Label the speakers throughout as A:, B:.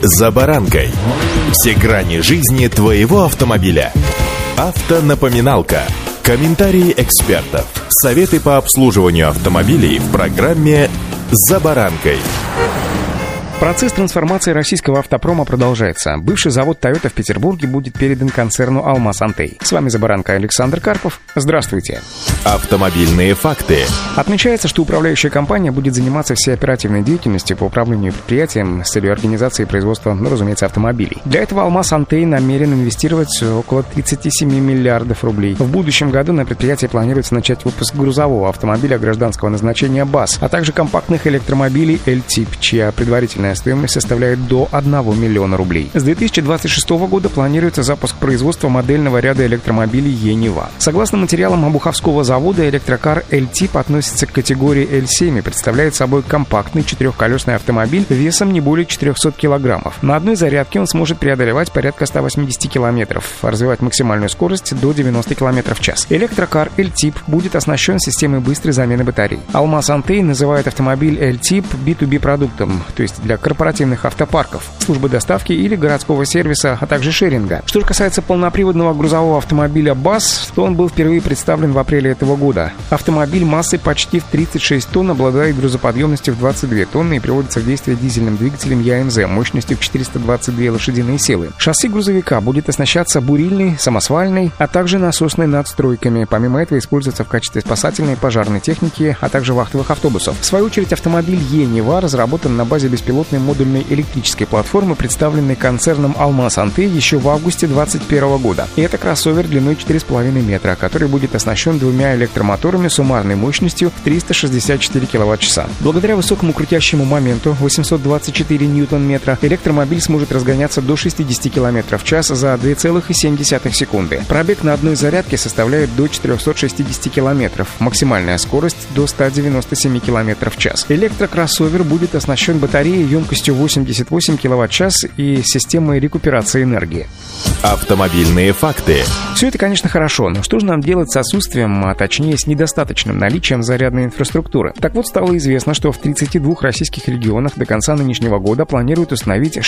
A: «За баранкой». Все грани жизни твоего автомобиля. Автонапоминалка. Комментарии экспертов. Советы по обслуживанию автомобилей в программе «За баранкой».
B: Процесс трансформации российского автопрома продолжается. Бывший завод Toyota в Петербурге будет передан концерну «Алмаз-Антей». С вами «За баранкой» Александр Карпов. Здравствуйте.
A: Автомобильные факты.
B: Отмечается, что управляющая компания будет заниматься всей оперативной деятельностью по управлению предприятием с целью организации производства, разумеется, автомобилей. Для этого «Алмаз-Антей» намерен инвестировать около 37 миллиардов рублей. В будущем году на предприятии планируется начать выпуск грузового автомобиля гражданского назначения БАЗ, а также компактных электромобилей L-Type, чья предварительная стоимость составляет до 1 миллиона рублей. С 2026 года планируется запуск производства модельного ряда электромобилей Е-Нева. Согласно материалам Обуховского завода, электрокар L-Type относится к категории L7 и представляет собой компактный четырехколесный автомобиль весом не более 400 килограммов. На одной зарядке он сможет преодолевать порядка 180 километров, развивать максимальную скорость до 90 километров в час. Электрокар L-Type будет оснащен системой быстрой замены батарей. «Алмаз-Антей» называет автомобиль L-Type B2B продуктом, то есть для корпоративных автопарков, службы доставки или городского сервиса, а также шеринга. Что же касается полноприводного грузового автомобиля БАЗ, то он был впервые представлен в апреле этого года. Автомобиль массой почти в 36 тонн обладает грузоподъемностью в 22 тонны и приводится в действие дизельным двигателем ЯМЗ мощностью в 422 лошадиные силы. Шасси грузовика будет оснащаться бурильной, самосвальной, а также насосной надстройками. Помимо этого используется в качестве спасательной и пожарной техники, а также вахтовых автобусов. В свою очередь, автомобиль Е-Нева разработан на базе беспилотной модульной электрической платформы, представленной концерном «Алмаз-Антей» еще в августе 2021 года. И это кроссовер длиной 4,5 метра, который будет оснащен двумя электромоторами суммарной мощностью в 364 киловатт-часа. Благодаря высокому крутящему моменту 824 ньютон-метра электромобиль сможет разгоняться до 60 километров в час за 2,7 секунды. Пробег на одной зарядке составляет до 460 километров, максимальная скорость до 197 километров в час. Электрокроссовер будет оснащен батареей емкостью 88 киловатт-час и системой рекуперации энергии.
A: Автомобильные факты.
B: Все это, конечно, хорошо, но что же нам делать с отсутствием, а точнее с недостаточным наличием зарядной инфраструктуры? Так вот, стало известно, что в 32 российских регионах до конца нынешнего года планируют установить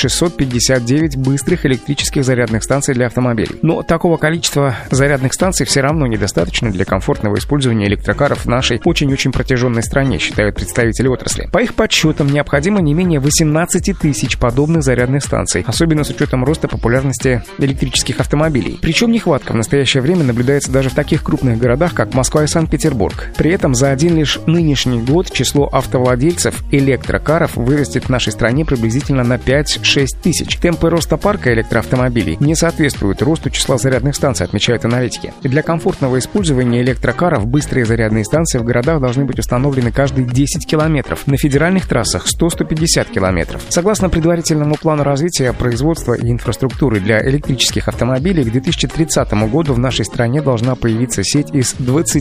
B: 659 быстрых электрических зарядных станций для автомобилей. Но такого количества зарядных станций все равно недостаточно для комфортного использования электрокаров в нашей очень-очень протяженной стране, считают представители отрасли. По их подсчетам, необходимо не менее 18 тысяч подобных зарядных станций, особенно с учетом роста популярности электрических автомобилей. Причем нехватка в настоящее время наблюдается даже в таких крупных городах, как Москва и Санкт-Петербург. При этом за один лишь нынешний год число автовладельцев электрокаров вырастет в нашей стране приблизительно на 5-6 тысяч. Темпы роста парка электроавтомобилей не соответствуют росту числа зарядных станций, отмечают аналитики. И для комфортного использования электрокаров быстрые зарядные станции в городах должны быть установлены каждые 10 километров. На федеральных трассах 100-150 километров. Согласно предварительному плану развития производства и инфраструктуры для электрических автомобилей, к 2030 году в нашей стране должна появиться сеть из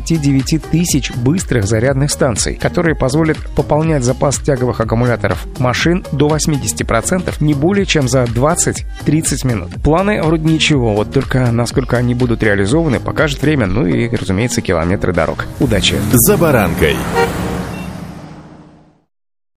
B: 29 тысяч быстрых зарядных станций, которые позволят пополнять запас тяговых аккумуляторов машин до 80% не более чем за 20-30 минут. Планы вроде ничего, вот только насколько они будут реализованы, покажет время, ну и, разумеется, километры дорог. Удачи!
A: «За баранкой».